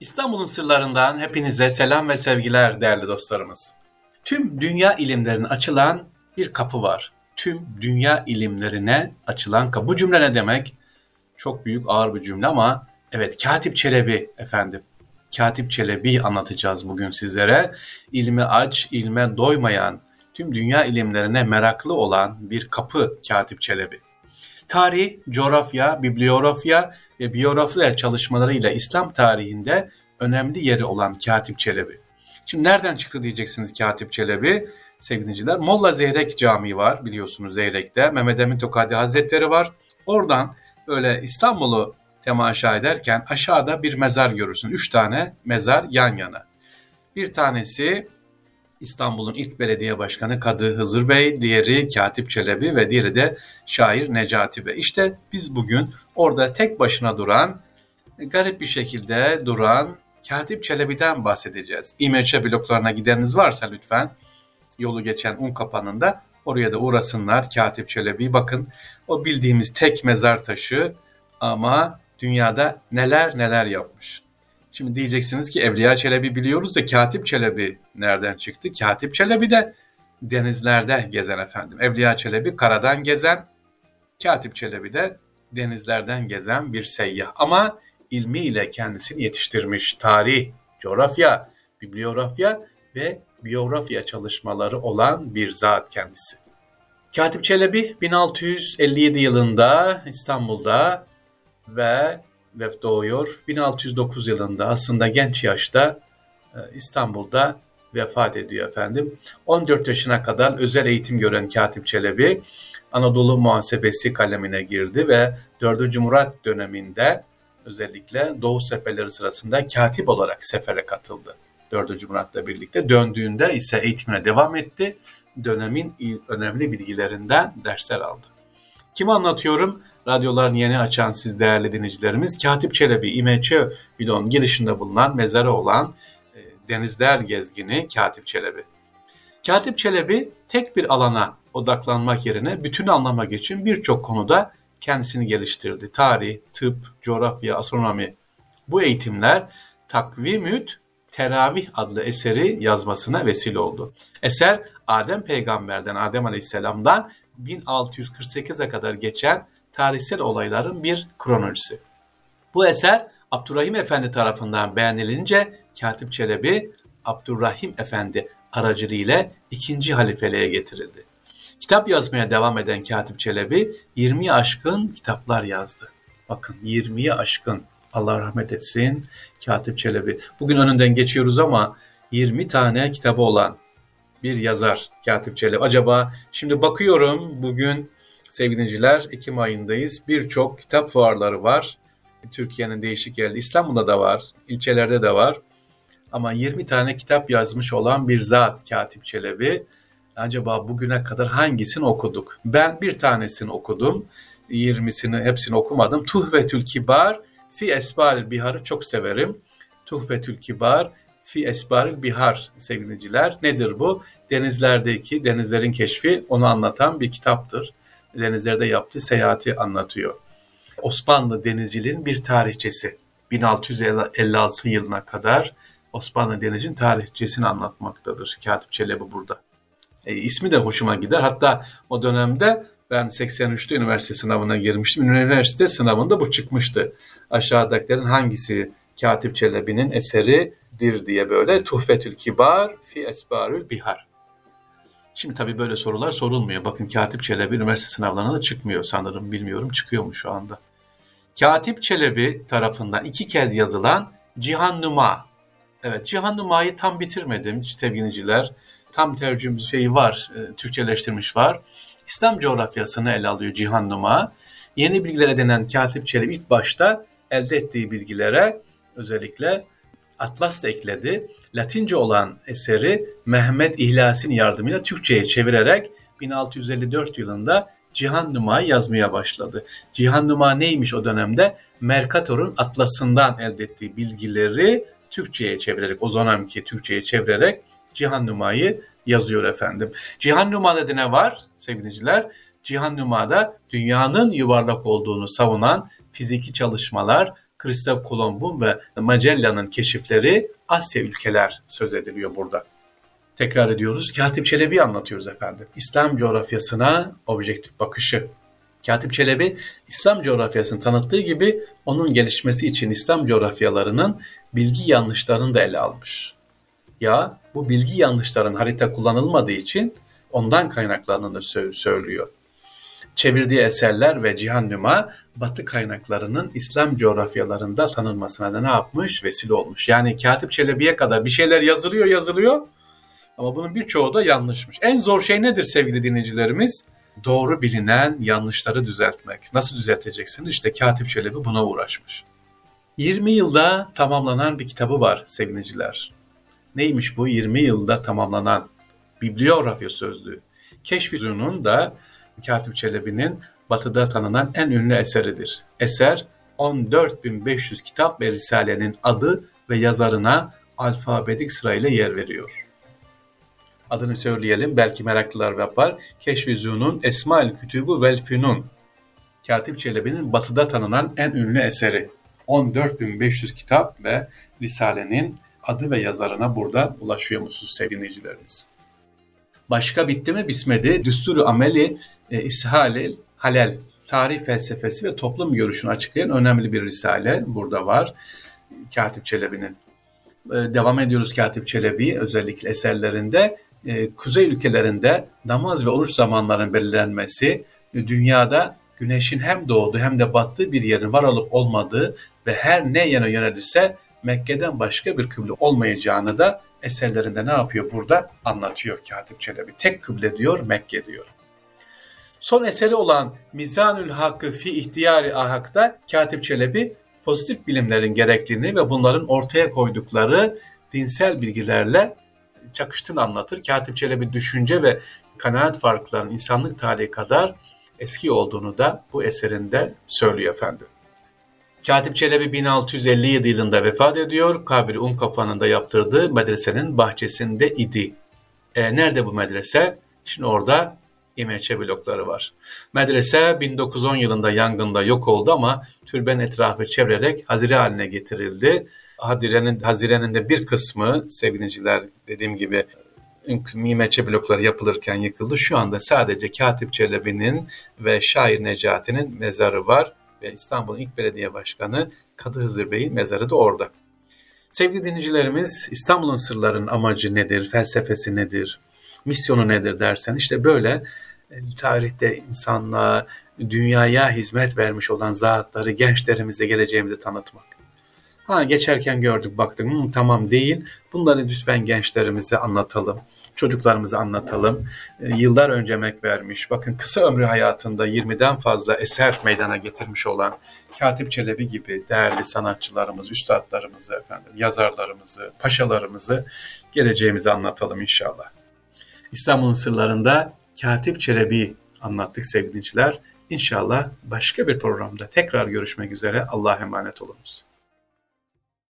İstanbul'un sırlarından hepinize selam ve sevgiler değerli dostlarımız. Tüm dünya ilimlerine açılan bir kapı var. Tüm dünya ilimlerine açılan kapı. Bu cümle ne demek? Çok büyük, ağır bir cümle ama evet, Katip Çelebi efendim. Katip Çelebi'yi anlatacağız bugün sizlere. İlme aç, ilme doymayan, tüm dünya ilimlerine meraklı olan bir kapı Katip Çelebi. Tarih, coğrafya, bibliografya ve biyografya çalışmalarıyla İslam tarihinde önemli yeri olan Katip Çelebi. Şimdi nereden çıktı diyeceksiniz Katip Çelebi? Sevgili dinleyiciler, Molla Zeyrek Camii var biliyorsunuz Zeyrek'te. Mehmet Emin Tokadi Hazretleri var. Oradan böyle İstanbul'u temaşa ederken aşağıda bir mezar görürsün. 3 tane mezar yan yana. Bir tanesi İstanbul'un ilk belediye başkanı Kadı Hızır Bey, diğeri Katip Çelebi ve diğeri de şair Necati Bey. İşte biz bugün orada tek başına duran, garip bir şekilde duran Katip Çelebi'den bahsedeceğiz. İMÇ bloklarına gideniniz varsa lütfen yolu geçen Unkapanı'nda oraya da uğrasınlar Katip Çelebi. Bakın o bildiğimiz tek mezar taşı ama dünyada neler neler yapmış. Şimdi diyeceksiniz ki Evliya Çelebi biliyoruz da Katip Çelebi nereden çıktı? Katip Çelebi de denizlerde gezen efendim. Evliya Çelebi karadan gezen, Katip Çelebi de denizlerden gezen bir seyyah. Ama ilmiyle kendisini yetiştirmiş. Tarih, coğrafya, bibliografya ve biyografya çalışmaları olan bir zat kendisi. Katip Çelebi 1657 yılında İstanbul'da ve doğuyor. 1609 yılında aslında genç yaşta İstanbul'da vefat ediyor efendim. 14 yaşına kadar özel eğitim gören Katip Çelebi Anadolu Muhasebesi kalemine girdi ve 4. Murat döneminde özellikle Doğu seferleri sırasında katip olarak sefere katıldı. 4. Murat'la birlikte döndüğünde ise eğitimine devam etti. Dönemin önemli bilgilerinden dersler aldı. Kimi anlatıyorum? Radyolarını yeni açan siz değerli dinleyicilerimiz, Katip Çelebi, İMÇ bloğun girişinde bulunan mezarı olan denizler gezgini Katip Çelebi. Katip Çelebi tek bir alana odaklanmak yerine bütün anlamak için birçok konuda kendisini geliştirdi. Tarih, tıp, coğrafya, astronomi. Bu eğitimler Takvimü't Teravih adlı eseri yazmasına vesile oldu. Eser Adem Peygamber'den, Adem Aleyhisselam'dan 1648'e kadar geçen tarihsel olayların bir kronolojisi. Bu eser Abdurrahim Efendi tarafından beğenilince Katip Çelebi Abdurrahim Efendi aracılığıyla 2. halifeliğe getirildi. Kitap yazmaya devam eden Katip Çelebi 20'ye aşkın kitaplar yazdı. Bakın 20'ye aşkın, Allah rahmet etsin Katip Çelebi. Bugün önünden geçiyoruz ama 20 tane kitabı olan bir yazar Katip Çelebi. Acaba şimdi bakıyorum bugün sevgili dinleyiciler Ekim ayındayız. Birçok kitap fuarları var. Türkiye'nin değişik yerleri, İstanbul'da da var, ilçelerde de var. Ama 20 tane kitap yazmış olan bir zat Katip Çelebi. Acaba bugüne kadar hangisini okuduk? Ben bir tanesini okudum. 20'sini hepsini okumadım. Tuhvetül Kibar fi Esbaril Bihar'ı çok severim. Tuhvetül Kibar fi Esbaril Bihar sevgili dinleyiciler. Nedir bu? Denizlerdeki denizlerin keşfi, onu anlatan bir kitaptır. Denizlerde yaptığı seyahati anlatıyor. Osmanlı denizciliğin bir tarihçesi. 1656 yılına kadar Osmanlı denizciliğin tarihçesini anlatmaktadır Katip Çelebi burada. İsmi de hoşuma gider. Hatta o dönemde ben 83'te üniversite sınavına girmiştim. Üniversite sınavında bu çıkmıştı. Aşağıdakilerin hangisi Katip Çelebi'nin eseridir diye böyle. Tuhfetül Kibar fi Esbarül Bihar. Şimdi tabii böyle sorular sorulmuyor. Bakın Katip Çelebi üniversite sınavlarına da çıkmıyor sanırım. Bilmiyorum, çıkıyor mu şu anda. Katip Çelebi tarafından 2 kez yazılan Cihannuma. Evet, Cihannuma'yı tam bitirmedim sevgili dinleyiciler. Tam tercüme şeyi var, Türkçeleştirmiş var. İslam coğrafyasını ele alıyor Cihannuma. Yeni bilgiler edinen Katip Çelebi ilk başta elde ettiği bilgilere özellikle atlas da ekledi. Latince olan eseri Mehmet İhlasi'nin yardımıyla Türkçe'ye çevirerek 1654 yılında Cihannuma'yı yazmaya başladı. Cihannuma neymiş o dönemde? Mercator'un atlasından elde ettiği bilgileri Türkçe'ye çevirerek, o dönemki Türkçe'ye çevirerek Cihannuma'yı yazıyor efendim. Cihannuma'da da ne var sevgili dinleyiciler? Cihannuma'da dünyanın yuvarlak olduğunu savunan fiziki çalışmalar, Kristof Kolomb'un ve Magellan'ın keşifleri Asya ülkeler söz ediliyor burada. Tekrar ediyoruz. Katip Çelebi'yi anlatıyoruz efendim. İslam coğrafyasına objektif bakışı. Katip Çelebi, İslam coğrafyasını tanıttığı gibi onun gelişmesi için İslam coğrafyalarının bilgi yanlışlarını da ele almış. Ya bu bilgi yanlışların harita kullanılmadığı için ondan kaynaklandığını söylüyor. Çevirdiği eserler ve Cihan-ı Batı kaynaklarının İslam coğrafyalarında tanınmasına da ne yapmış? Vesile olmuş. Yani Katip Çelebi'ye kadar bir şeyler yazılıyor ama bunun birçoğu da yanlışmış. En zor şey nedir sevgili dinleyicilerimiz? Doğru bilinen yanlışları düzeltmek. Nasıl düzelteceksin? İşte Katip Çelebi buna uğraşmış. 20 yılda tamamlanan bir kitabı var sevgiliciler. Neymiş bu 20 yılda tamamlanan bibliografya sözlüğü? Keşf-i da Katip Çelebi'nin Batı'da tanınan en ünlü eseridir. Eser 14.500 kitap ve risalenin adı ve yazarına alfabetik sırayla yer veriyor. Adını söyleyelim, belki meraklılar yapar. Keşf-i Zunun Esma-ül Kütübü vel Fünun. Katip Çelebi'nin Batı'da tanınan en ünlü eseri. 14.500 kitap ve risalenin adı ve yazarına burada ulaşıyor musunuz sevgili dinleyicilerimiz? Başka bitti mi? Bitmedi. Düstur-u Ameli İshal-i Halel, tarih felsefesi ve toplum görüşünü açıklayan önemli bir risale burada var. Katip Çelebi'nin. Devam ediyoruz Katip Çelebi özellikle eserlerinde. Kuzey ülkelerinde namaz ve oruç zamanlarının belirlenmesi, dünyada güneşin hem doğduğu hem de battığı bir yerin var olup olmadığı ve her ne yana yönelirse Mekke'den başka bir kıble olmayacağını da eserlerinde ne yapıyor burada? Anlatıyor Katip Çelebi. Tek kıble diyor, Mekke diyor. Son eseri olan Mizanül Hakkı fi İhtiyari Ahak'ta Katip Çelebi pozitif bilimlerin gerekliliğini ve bunların ortaya koydukları dinsel bilgilerle çakıştığını anlatır. Katip Çelebi düşünce ve kanaat farklarının insanlık tarihi kadar eski olduğunu da bu eserinde söylüyor efendim. Katip Çelebi 1657 yılında vefat ediyor. Kabri Unkapanı'nda da yaptırdığı medresenin bahçesinde idi. Nerede bu medrese? Şimdi orada İmeçe blokları var. Medrese 1910 yılında yangında yok oldu ama türbenin etrafı çevirerek hazire haline getirildi. Hazirenin de bir kısmı sevgiliciler dediğim gibi İmeçe blokları yapılırken yıkıldı. Şu anda sadece Katip Çelebi'nin ve Şair Necati'nin mezarı var ve İstanbul'un ilk belediye başkanı Kadı Hızır Bey'in mezarı da orada. Sevgili dinleyicilerimiz, İstanbul'un sırlarının amacı nedir, felsefesi nedir, misyonu nedir dersen işte böyle tarihte insanlığa, dünyaya hizmet vermiş olan zatları gençlerimize geleceğimizi tanıtmak. Geçerken gördük baktık tamam değil, bunları lütfen gençlerimize anlatalım, çocuklarımıza anlatalım. Yıllar önce emek vermiş, bakın kısa ömrü hayatında 20'den fazla eser meydana getirmiş olan Katip Çelebi gibi değerli sanatçılarımız, üstadlarımızı, yazarlarımızı, paşalarımızı geleceğimize anlatalım inşallah. İstanbul'un sırlarında Katip Çelebi anlattık sevgili dinleyiciler. İnşallah başka bir programda tekrar görüşmek üzere. Allah'a emanet olunuz.